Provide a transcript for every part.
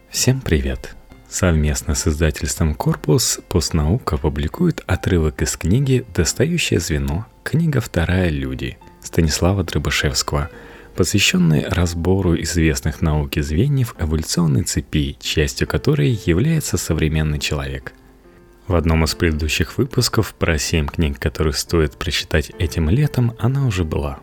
Всем привет! Совместно с издательством «Корпус» «Постнаука» публикует отрывок из книги «Достающее звено. Книга вторая. Люди» Станислава Дробышевского, посвященной разбору известных науке звеньев эволюционной цепи, частью которой является современный человек. В одном из предыдущих выпусков про 7 книг, которые стоит прочитать этим летом, она уже была.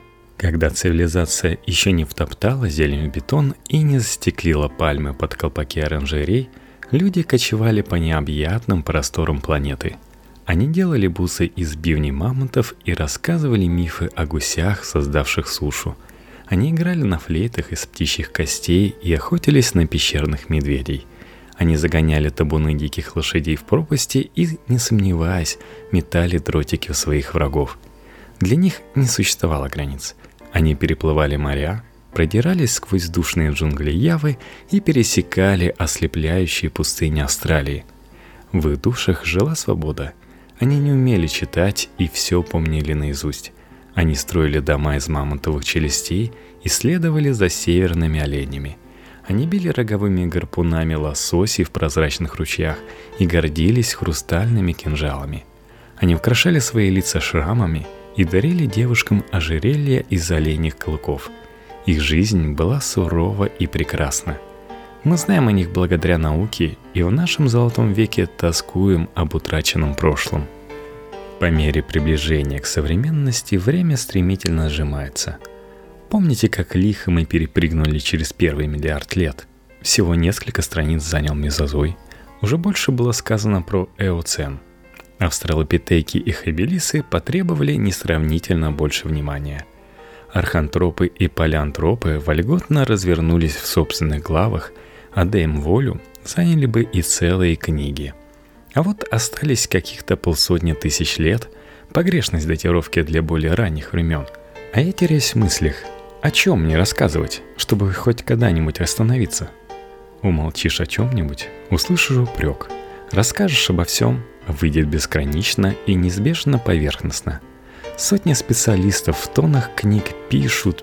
Когда цивилизация еще не втоптала зелень в бетон и не застеклила пальмы под колпаки оранжерей, люди кочевали по необъятным просторам планеты. Они делали бусы из бивней мамонтов и рассказывали мифы о гусях, создавших сушу. Они играли на флейтах из птичьих костей и охотились на пещерных медведей. Они загоняли табуны диких лошадей в пропасти и, не сомневаясь, метали дротики в своих врагов. Для них не существовало границ. Они переплывали моря, продирались сквозь душные джунгли Явы и пересекали ослепляющие пустыни Австралии. В их душах жила свобода. Они не умели читать и все помнили наизусть. Они строили дома из мамонтовых челюстей и следовали за северными оленями. Они били роговыми гарпунами лососей в прозрачных ручьях и гордились хрустальными кинжалами. Они украшали свои лица шрамами и дарили девушкам ожерелья из оленьих клыков. Их жизнь была сурова и прекрасна. Мы знаем о них благодаря науке и в нашем золотом веке тоскуем об утраченном прошлом. По мере приближения к современности время стремительно сжимается. Помните, как лихо мы перепрыгнули через первый миллиард лет? Всего несколько страниц занял мезозой. Уже больше было сказано про эоцен. Австралопитеки и хабилисы потребовали несравнительно больше внимания. Архантропы и палеантропы вольготно развернулись в собственных главах, а дай им волю, заняли бы и целые книги. А вот остались каких-то 500 тысяч лет, погрешность датировки для более ранних времен. А я теряюсь в мыслях, о чем мне рассказывать, чтобы хоть когда-нибудь остановиться? Умолчишь о чем-нибудь, услышишь упрек. Расскажешь обо всем, выйдет безгранично и неизбежно поверхностно. Сотни специалистов в тоннах книг пишут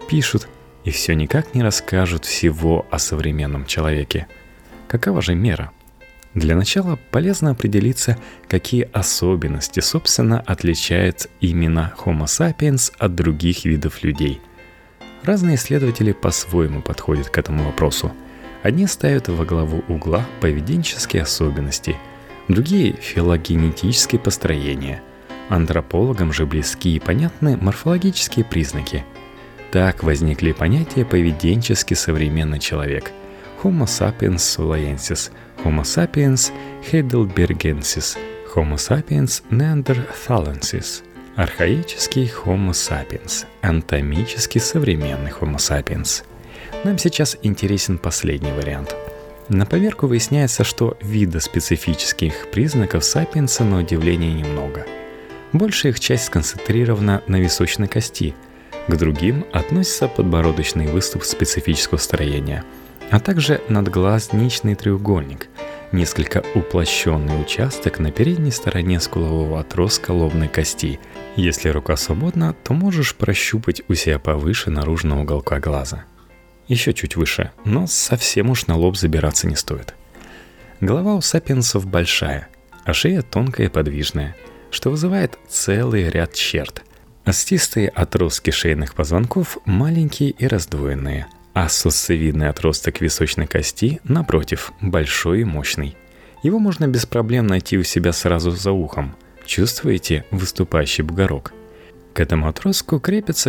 и все никак не расскажут всего о современном человеке. Какова же мера? Для начала полезно определиться, какие особенности, собственно, отличают именно Homo sapiens от других видов людей. Разные исследователи по-своему подходят к этому вопросу. Одни ставят во главу угла поведенческие особенности, другие – филогенетические построения. Антропологам же близки и понятны морфологические признаки. Так возникли понятия «поведенческий современный человек» – Homo sapiens sulaensis, Homo sapiens heidelbergensis, Homo sapiens neanderthalensis, архаический Homo sapiens, анатомически современный Homo sapiens. Нам сейчас интересен последний вариант. На поверку выясняется, что видоспецифических признаков сапиенса на удивление немного. Большая их часть сконцентрирована на височной кости, к другим относится подбородочный выступ специфического строения, а также надглазничный треугольник, несколько уплощенный участок на передней стороне скулового отростка лобной кости. Если рука свободна, то можешь прощупать у себя повыше наружного уголка глаза. Еще чуть выше, но совсем уж на лоб забираться не стоит. Голова у сапиенсов большая, а шея тонкая и подвижная, что вызывает целый ряд черт. Остистые отростки шейных позвонков маленькие и раздвоенные, а сосцевидный отросток височной кости, напротив, большой и мощный. Его можно без проблем найти у себя сразу за ухом. Чувствуете выступающий бугорок? К этому отростку крепится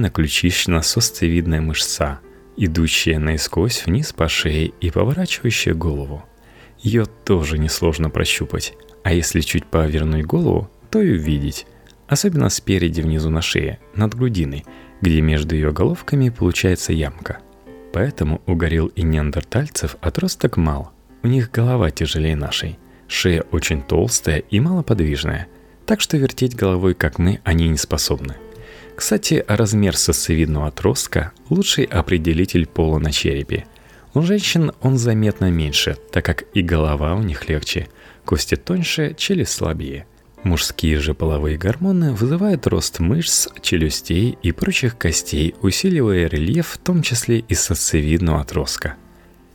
грудинно-ключично-сосцевидная мышца, идущая наискось вниз по шее и поворачивающая голову. Ее тоже несложно прощупать, а если чуть повернуть голову, то и увидеть, особенно спереди внизу на шее, над грудиной, где между ее головками получается ямка. Поэтому у горилл и неандертальцев отросток мал, у них голова тяжелее нашей, шея очень толстая и малоподвижная, так что вертеть головой, как мы, они не способны. Кстати, размер сосцевидного отростка – лучший определитель пола на черепе. У женщин он заметно меньше, так как и голова у них легче, кости тоньше, челюсть слабее. Мужские же половые гормоны вызывают рост мышц, челюстей и прочих костей, усиливая рельеф, в том числе и сосцевидного отростка.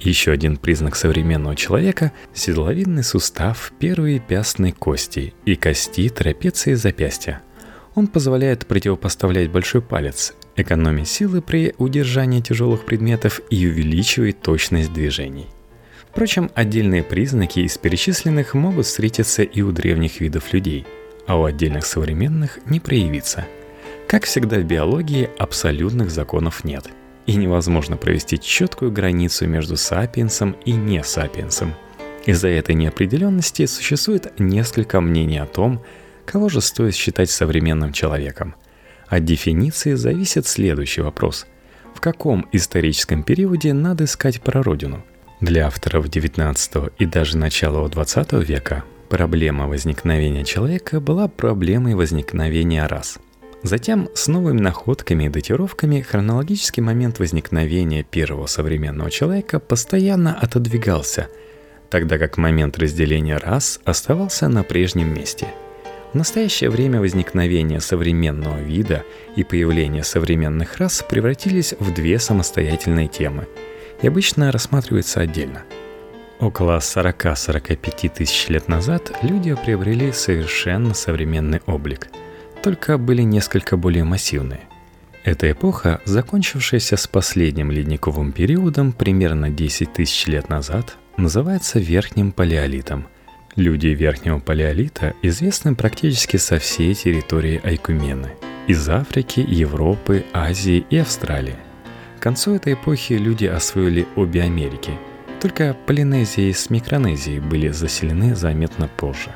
Еще один признак современного человека – седловидный сустав первой пястной кости и кости трапеции запястья. Он позволяет противопоставлять большой палец, экономить силы при удержании тяжелых предметов и увеличивать точность движений. Впрочем, отдельные признаки из перечисленных могут встретиться и у древних видов людей, а у отдельных современных не проявиться. Как всегда в биологии, абсолютных законов нет, и невозможно провести четкую границу между сапиенсом и не сапиенсом. Из-за этой неопределенности существует несколько мнений о том, кого же стоит считать современным человеком. От дефиниции зависит следующий вопрос: в каком историческом периоде надо искать прародину? Для авторов XIX и даже начала XX века проблема возникновения человека была проблемой возникновения рас. Затем с новыми находками и датировками хронологический момент возникновения первого современного человека постоянно отодвигался, тогда как момент разделения рас оставался на прежнем месте. В настоящее время возникновение современного вида и появление современных рас превратились в две самостоятельные темы и обычно рассматриваются отдельно. Около 40-45 тысяч лет назад люди приобрели совершенно современный облик, только были несколько более массивные. Эта эпоха, закончившаяся с последним ледниковым периодом примерно 10 тысяч лет назад, называется Верхним Палеолитом. Люди Верхнего Палеолита известны практически со всей территории Айкумены – из Африки, Европы, Азии и Австралии. К концу этой эпохи люди освоили обе Америки, только Полинезия с Микронезией были заселены заметно позже.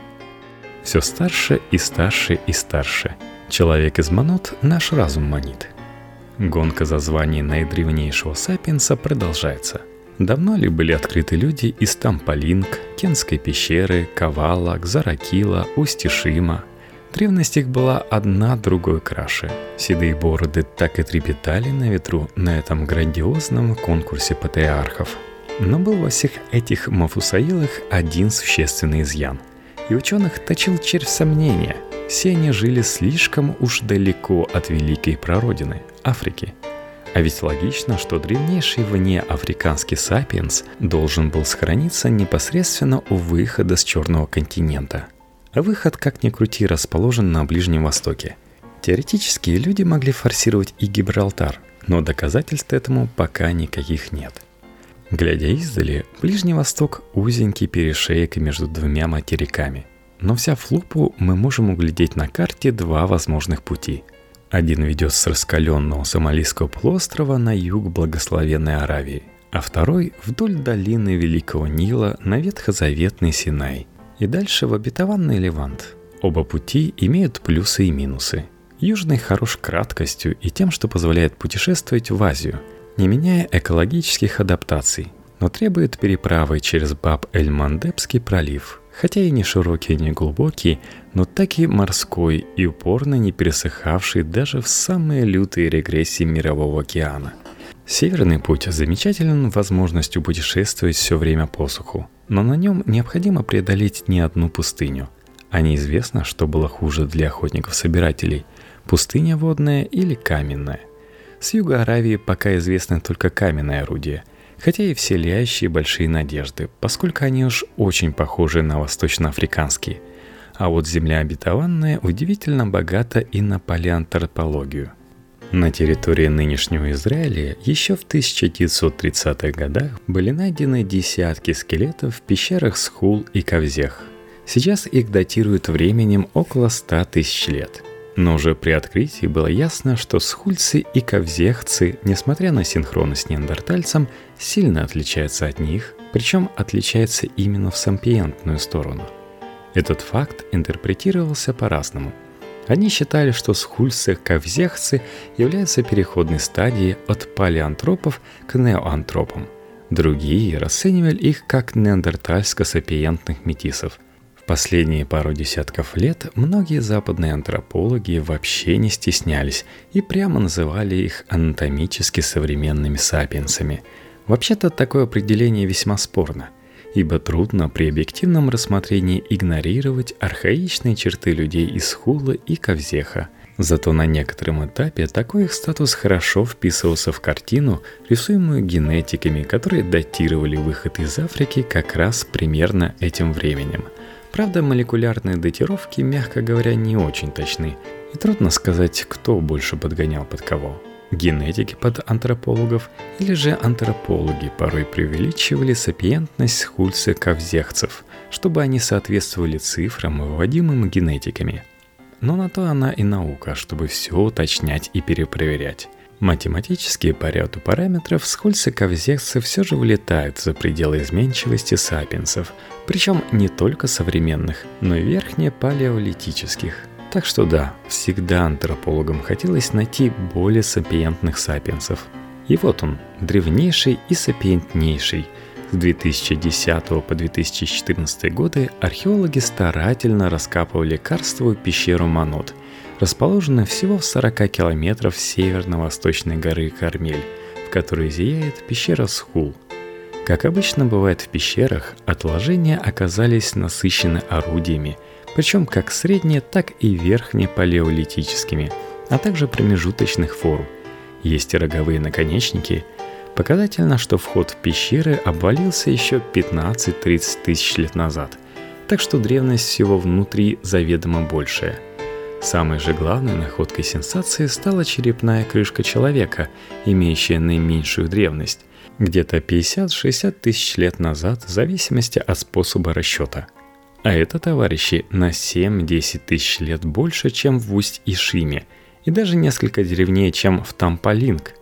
Все старше и старше и старше. Человек из Манот наш разум манит. Гонка за звание наидревнейшего сапиенса продолжается. Давно ли были открыты люди из Тампалинг, Кенской пещеры, Кавала, Кзаракила, Устишима? Древность их была одна другой краше. Седые бороды так и трепетали на ветру на этом грандиозном конкурсе патриархов. Но был во всех этих Мафусаилах один существенный изъян. И ученых точил червь сомнения. Все они жили слишком уж далеко от великой прародины – Африки. А ведь логично, что древнейший внеафриканский сапиенс должен был сохраниться непосредственно у выхода с Черного континента. А выход, как ни крути, расположен на Ближнем Востоке. Теоретически люди могли форсировать и Гибралтар, но доказательств этому пока никаких нет. Глядя издали, Ближний Восток – узенький перешеек между двумя материками. Но взяв в лупу, мы можем углядеть на карте два возможных пути. Один ведет с раскаленного Сомалийского полуострова на юг благословенной Аравии, а второй – вдоль долины Великого Нила на ветхозаветный Синай и дальше в обетованный Левант. Оба пути имеют плюсы и минусы. Южный хорош краткостью и тем, что позволяет путешествовать в Азию, не меняя экологических адаптаций, но требует переправы через Баб-эль-Мандебский пролив, хотя и не широкий, не глубокий, но так и морской и упорно не пересыхавший даже в самые лютые регрессии Мирового океана. Северный путь замечателен возможностью путешествовать все время по суху, но на нем необходимо преодолеть не одну пустыню. А неизвестно, что было хуже для охотников-собирателей – пустыня водная или каменная. С юга Аравии пока известны только каменные орудия, хотя и вселяющие большие надежды, поскольку они уж очень похожи на восточноафриканские. А вот земля обетованная удивительно богата и на палеоантропологию. На территории нынешнего Израиля еще в 1930-х годах были найдены десятки скелетов в пещерах Схул и Кавзех. Сейчас их датируют временем около 100 тысяч лет. Но уже при открытии было ясно, что схульцы и кавзехцы, несмотря на синхронность с неандертальцем, сильно отличаются от них, причем отличаются именно в сампиентную сторону. Этот факт интерпретировался по-разному. Одни считали, что схульцы-кавзехцы являются переходной стадией от палеантропов к неоантропам. Другие расценивали их как неандертальско-сапиентных метисов. В последние пару десятков лет многие западные антропологи вообще не стеснялись и прямо называли их анатомически современными сапиенсами. Вообще-то такое определение весьма спорно, ибо трудно при объективном рассмотрении игнорировать архаичные черты людей из Хула и Кавзеха. Зато на некотором этапе такой их статус хорошо вписывался в картину, рисуемую генетиками, которые датировали выход из Африки как раз примерно этим временем. Правда, молекулярные датировки, мягко говоря, не очень точны, и трудно сказать, кто больше подгонял под кого. Генетики под антропологов или же антропологи порой преувеличивали сапиентность хульцекавзехцев, чтобы они соответствовали цифрам, выводимым генетиками. Но на то она и наука, чтобы все уточнять и перепроверять. Математические по ряду параметров хульцекавзехцы все же вылетают за пределы изменчивости сапиенсов, причем не только современных, но и верхнепалеолитических. Так что да, всегда антропологам хотелось найти более сапиентных сапиенсов. И вот он, древнейший и сапиентнейший. С 2010 по 2014 годы археологи старательно раскапывали карстовую пещеру Манут, расположенную всего в 40 километров северно-восточной горы Кармель, в которой зияет пещера Схул. Как обычно бывает в пещерах, отложения оказались насыщены орудиями, причем как средне, так и верхнепалеолитическими, а также промежуточных форм. Есть и роговые наконечники. Показательно, что вход в пещеры обвалился еще 15-30 тысяч лет назад, так что древность всего внутри заведомо большая. Самой же главной находкой сенсации стала черепная крышка человека, имеющая наименьшую древность, где-то 50-60 тысяч лет назад в зависимости от способа расчета. А это, товарищи, на 7-10 тысяч лет больше, чем в Усть-Ишиме, и даже несколько древнее, чем в Тампалинг.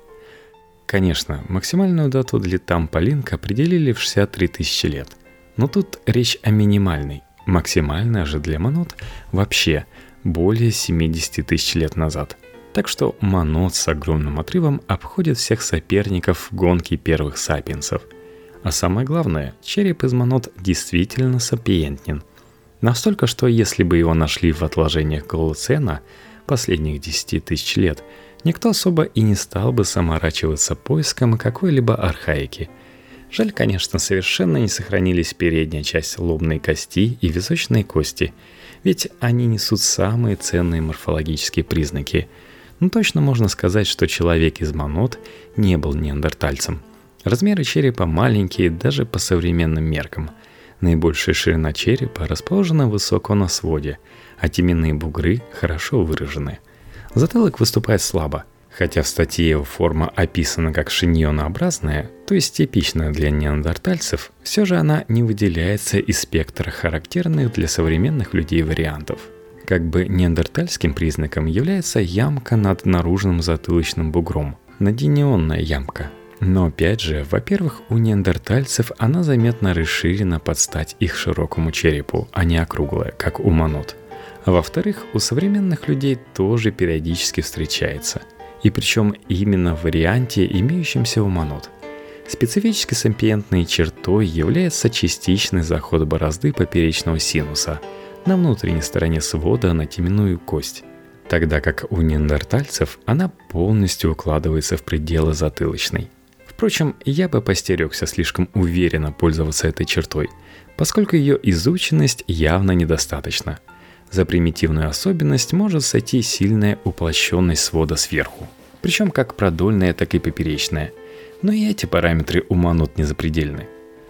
Конечно, максимальную дату для Тампалинг определили в 63 тысячи лет. Но тут речь о минимальной. Максимальная же для Манут вообще более 70 тысяч лет назад. Так что Манут с огромным отрывом обходит всех соперников в гонке первых сапиенсов. А самое главное, череп из Манут действительно сапиентнен. Настолько, что если бы его нашли в отложениях Голоцена последних 10 тысяч лет, никто особо и не стал бы заморачиваться поиском какой-либо архаики. Жаль, конечно, совершенно не сохранились передняя часть лобной кости и височной кости, ведь они несут самые ценные морфологические признаки. Но точно можно сказать, что человек из Манут не был неандертальцем. Размеры черепа маленькие даже по современным меркам. Наибольшая ширина черепа расположена высоко на своде, а теменные бугры хорошо выражены. Затылок выступает слабо, хотя в статье его форма описана как шиньонообразная, то есть типичная для неандертальцев, все же она не выделяется из спектра характерных для современных людей вариантов. Как бы неандертальским признаком является ямка над наружным затылочным бугром, надинионная ямка. Но опять же, во-первых, у неандертальцев она заметно расширена под стать их широкому черепу, а не округлая, как у Манут. А во-вторых, у современных людей тоже периодически встречается. И причем именно в варианте, имеющемся у Манут. Специфически сапиентной чертой является частичный заход борозды поперечного синуса на внутренней стороне свода на теменную кость, тогда как у неандертальцев она полностью укладывается в пределы затылочной. Впрочем, я бы постерегся слишком уверенно пользоваться этой чертой, поскольку ее изученность явно недостаточна. За примитивную особенность может сойти сильная уплощенность свода сверху, причем как продольная, так и поперечная. Но и эти параметры у Манут не запредельны.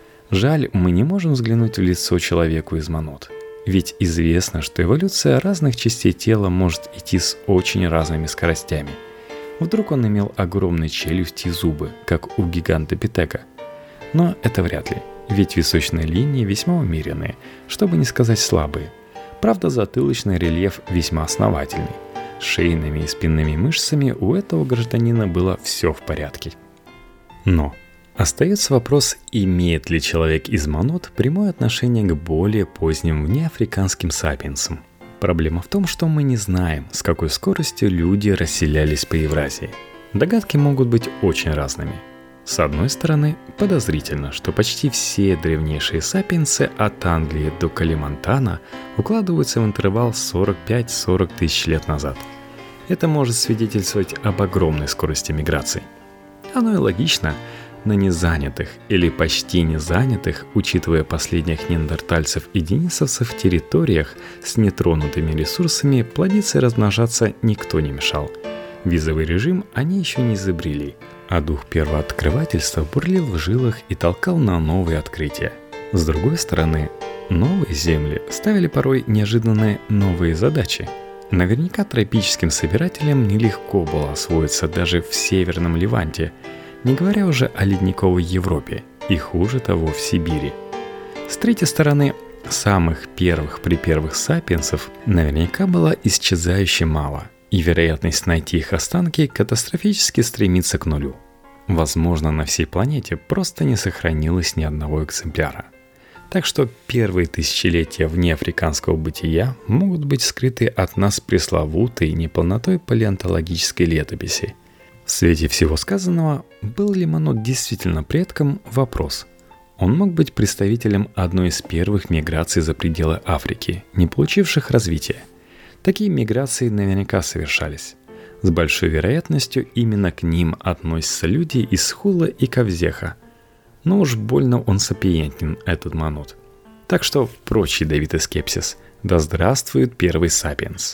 Жаль, мы не можем взглянуть в лицо человеку из Манут. Ведь известно, что эволюция разных частей тела может идти с очень разными скоростями. Вдруг он имел огромные челюсти и зубы, как у гигантопитека. Но это вряд ли, ведь височные линии весьма умеренные, чтобы не сказать слабые. Правда, затылочный рельеф весьма основательный. С шейными и спинными мышцами у этого гражданина было все в порядке. Но остается вопрос, имеет ли человек из Манут прямое отношение к более поздним внеафриканским сапиенсам. Проблема в том, что мы не знаем, с какой скоростью люди расселялись по Евразии. Догадки могут быть очень разными. С одной стороны, подозрительно, что почти все древнейшие сапиенсы от Англии до Калимантана укладываются в интервал 45-40 тысяч лет назад. Это может свидетельствовать об огромной скорости миграции. Оно и логично, на незанятых или почти незанятых, учитывая последних неандертальцев и денисовцев, территориях с нетронутыми ресурсами плодиться и размножаться никто не мешал. Визовый режим они еще не изобрели, а дух первооткрывательства бурлил в жилах и толкал на новые открытия. С другой стороны, новые земли ставили порой неожиданные новые задачи. Наверняка тропическим собирателям нелегко было освоиться даже в Северном Леванте, не говоря уже о ледниковой Европе и, хуже того, в Сибири. С третьей стороны, самых первых сапиенсов наверняка было исчезающе мало, и вероятность найти их останки катастрофически стремится к нулю. Возможно, на всей планете просто не сохранилось ни одного экземпляра. Так что первые тысячелетия внеафриканского бытия могут быть скрыты от нас пресловутой неполнотой палеонтологической летописи. В свете всего сказанного, был ли Манот действительно предком – вопрос. Он мог быть представителем одной из первых миграций за пределы Африки, не получивших развития. Такие миграции наверняка совершались. С большой вероятностью именно к ним относятся люди из Хула и Кавзеха. Но уж больно он сапиентен, этот Манот. Так что прочь ядовитый скепсис. Да здравствует первый сапиенс.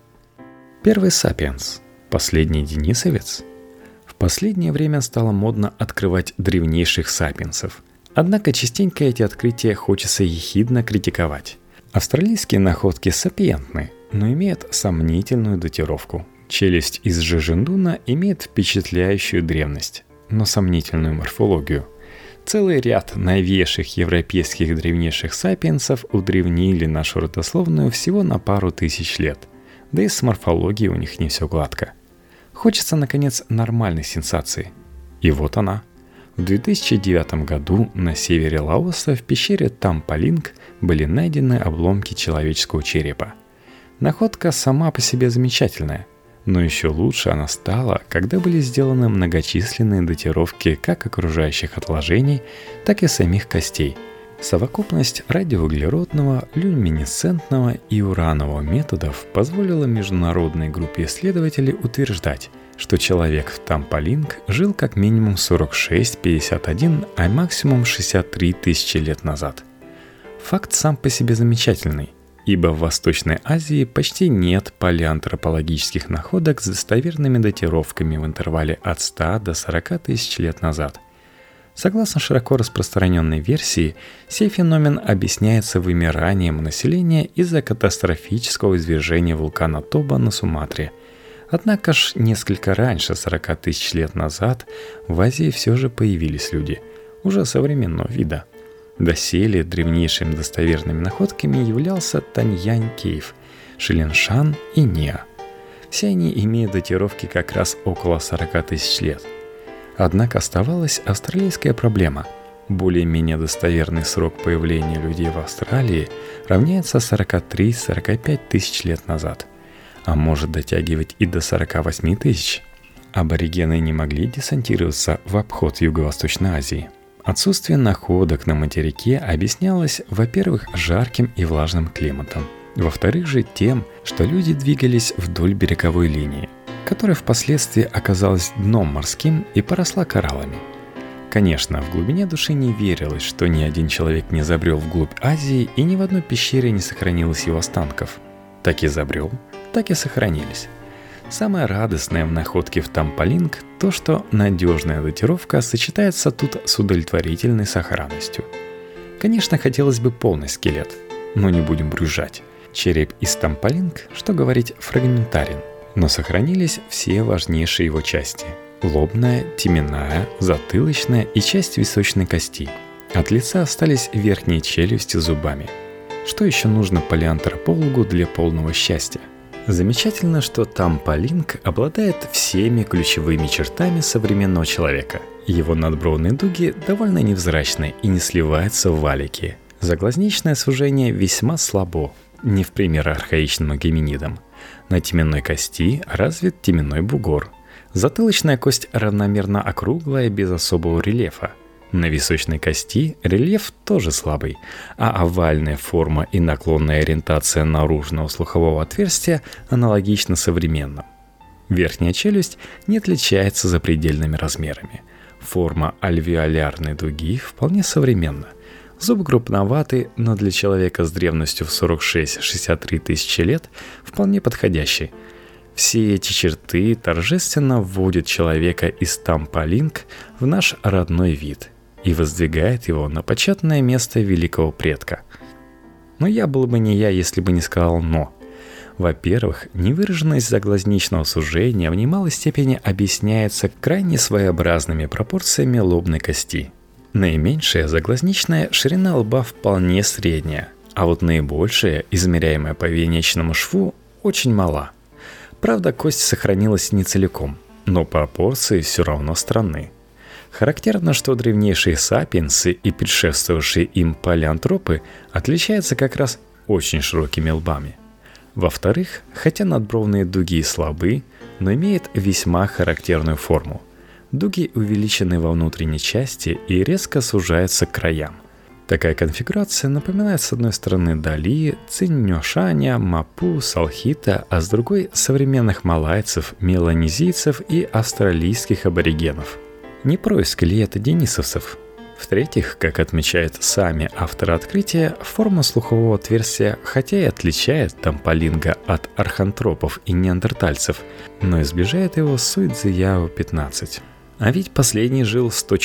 Первый сапиенс. Последний денисовец. В последнее время стало модно открывать древнейших сапиенсов. Однако частенько эти открытия хочется ехидно критиковать. Австралийские находки сапиентны, но имеют сомнительную датировку. Челюсть из Жижендуна имеет впечатляющую древность, но сомнительную морфологию. Целый ряд новейших европейских древнейших сапиенсов удревнили нашу родословную всего на пару тысяч лет. Да и с морфологией у них не все гладко. Хочется, наконец, нормальной сенсации. И вот она. В 2009 году на севере Лаоса в пещере Тампалинг были найдены обломки человеческого черепа. Находка сама по себе замечательная, но еще лучше она стала, когда были сделаны многочисленные датировки как окружающих отложений, так и самих костей. Совокупность радиоуглеродного, люминесцентного и уранового методов позволила международной группе исследователей утверждать, что человек в Тампалинг жил как минимум 46-51, а максимум 63 тысячи лет назад. Факт сам по себе замечательный, ибо в Восточной Азии почти нет палеоантропологических находок с достоверными датировками в интервале от 100 до 40 тысяч лет назад. Согласно широко распространенной версии, сей феномен объясняется вымиранием населения из-за катастрофического извержения вулкана Тоба на Суматре. Однако ж несколько раньше 40 тысяч лет назад в Азии все же появились люди, уже современного вида. Доселе древнейшими достоверными находками являлся Таньянь-Кейв, Шилиншан и Неа. Все они имеют датировки как раз около 40 тысяч лет. Однако оставалась австралийская проблема. Более-менее достоверный срок появления людей в Австралии равняется 43-45 тысяч лет назад, а может дотягивать и до 48 тысяч. Аборигены не могли десантироваться в обход Юго-Восточной Азии. Отсутствие находок на материке объяснялось, во-первых, жарким и влажным климатом, во-вторых же тем, что люди двигались вдоль береговой линии, которая впоследствии оказалась дном морским и поросла кораллами. Конечно, в глубине души не верилось, что ни один человек не забрел вглубь Азии и ни в одной пещере не сохранилось его останков. Так и забрел, так и сохранились. Самое радостное в находке в Тампалинг – то, что надежная датировка сочетается тут с удовлетворительной сохранностью. Конечно, хотелось бы полный скелет, но не будем брюзжать. Череп из Тампалинг, что говорить, фрагментарен, но сохранились все важнейшие его части – лобная, теменная, затылочная и часть височной кости. От лица остались верхние челюсти с зубами. Что еще нужно палеоантропологу для полного счастья? Замечательно, что Тампалинг обладает всеми ключевыми чертами современного человека. Его надбровные дуги довольно невзрачны и не сливаются в валики. Заглазничное сужение весьма слабо, не в пример архаичным гоминидам. На теменной кости развит теменной бугор. Затылочная кость равномерно округлая, без особого рельефа. На височной кости рельеф тоже слабый, а овальная форма и наклонная ориентация наружного слухового отверстия аналогична современным. Верхняя челюсть не отличается запредельными размерами. Форма альвеолярной дуги вполне современна. Зубы крупноваты, но для человека с древностью в 46-63 тысячи лет вполне подходящий. Все эти черты торжественно вводят человека из тампалинг в наш родной вид и воздвигает его на почетное место великого предка. Но я был бы не я, если бы не сказал «но». Во-первых, невыраженность заглазничного сужения в немалой степени объясняется крайне своеобразными пропорциями лобной кости. Наименьшая заглазничная ширина лба вполне средняя, а вот наибольшая, измеряемая по венечному шву, очень мала. Правда, кость сохранилась не целиком, но пропорции все равно странны. Характерно, что древнейшие сапиенсы и предшествовавшие им палеантропы отличаются как раз очень широкими лбами. Во-вторых, хотя надбровные дуги слабы, но имеют весьма характерную форму. Дуги увеличены во внутренней части и резко сужаются к краям. Такая конфигурация напоминает с одной стороны Дали, Цинь-Нюшаня, Мапу, Салхита, а с другой – современных малайцев, меланезийцев и австралийских аборигенов. Не происки ли это денисовцев? В-третьих, как отмечают сами авторы открытия, форма слухового отверстия хотя и отличает тампалинга от архантропов и неандертальцев, но изближает его с Суйцзияо-15. А ведь последний жил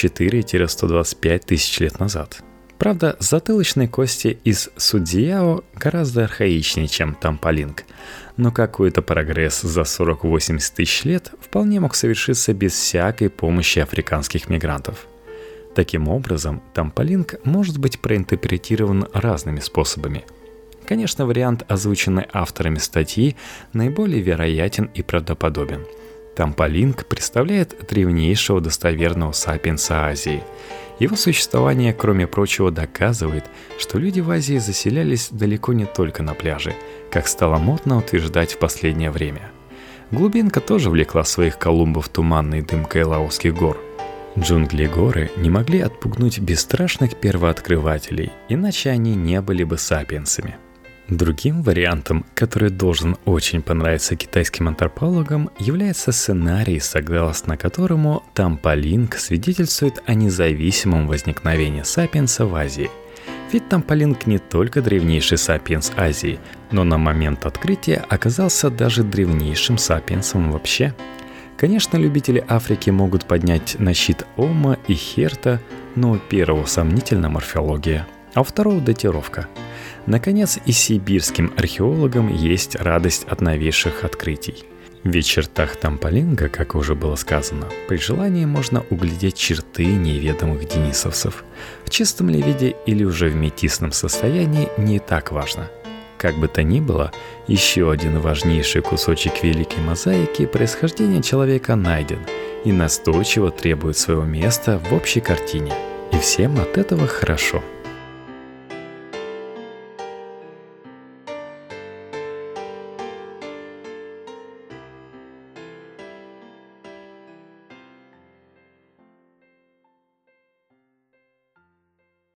104-125 тысяч лет назад. Правда, затылочные кости из Суйцзияо гораздо архаичнее, чем тампалинг, но какой-то прогресс за 40-80 тысяч лет вполне мог совершиться без всякой помощи африканских мигрантов. Таким образом, тампалинг может быть проинтерпретирован разными способами. Конечно, вариант, озвученный авторами статьи, наиболее вероятен и правдоподобен. Тампалинг представляет древнейшего достоверного сапиенса Азии. Его существование, кроме прочего, доказывает, что люди в Азии заселялись далеко не только на пляже, как стало модно утверждать в последнее время. Глубинка тоже влекла своих Колумбов туманной дымкой Лаосских гор. Джунгли и горы не могли отпугнуть бесстрашных первооткрывателей, иначе они не были бы сапиенсами. Другим вариантом, который должен очень понравиться китайским антропологам, является сценарий, согласно которому тампалинг свидетельствует о независимом возникновении сапиенса в Азии. Ведь тампалинг не только древнейший сапиенс Азии, но на момент открытия оказался даже древнейшим сапиенсом вообще. Конечно, любители Африки могут поднять на щит Ома и Херта, но у первого сомнительна морфология, а у второго датировка. Наконец, и сибирским археологам есть радость от новейших открытий. В чертах тампалинга, как уже было сказано, при желании можно углядеть черты неведомых денисовцев. В чистом ли виде или уже в метисном состоянии не так важно. Как бы то ни было, еще один важнейший кусочек великой мозаики происхождения человека найден и настойчиво требует своего места в общей картине. И всем от этого хорошо.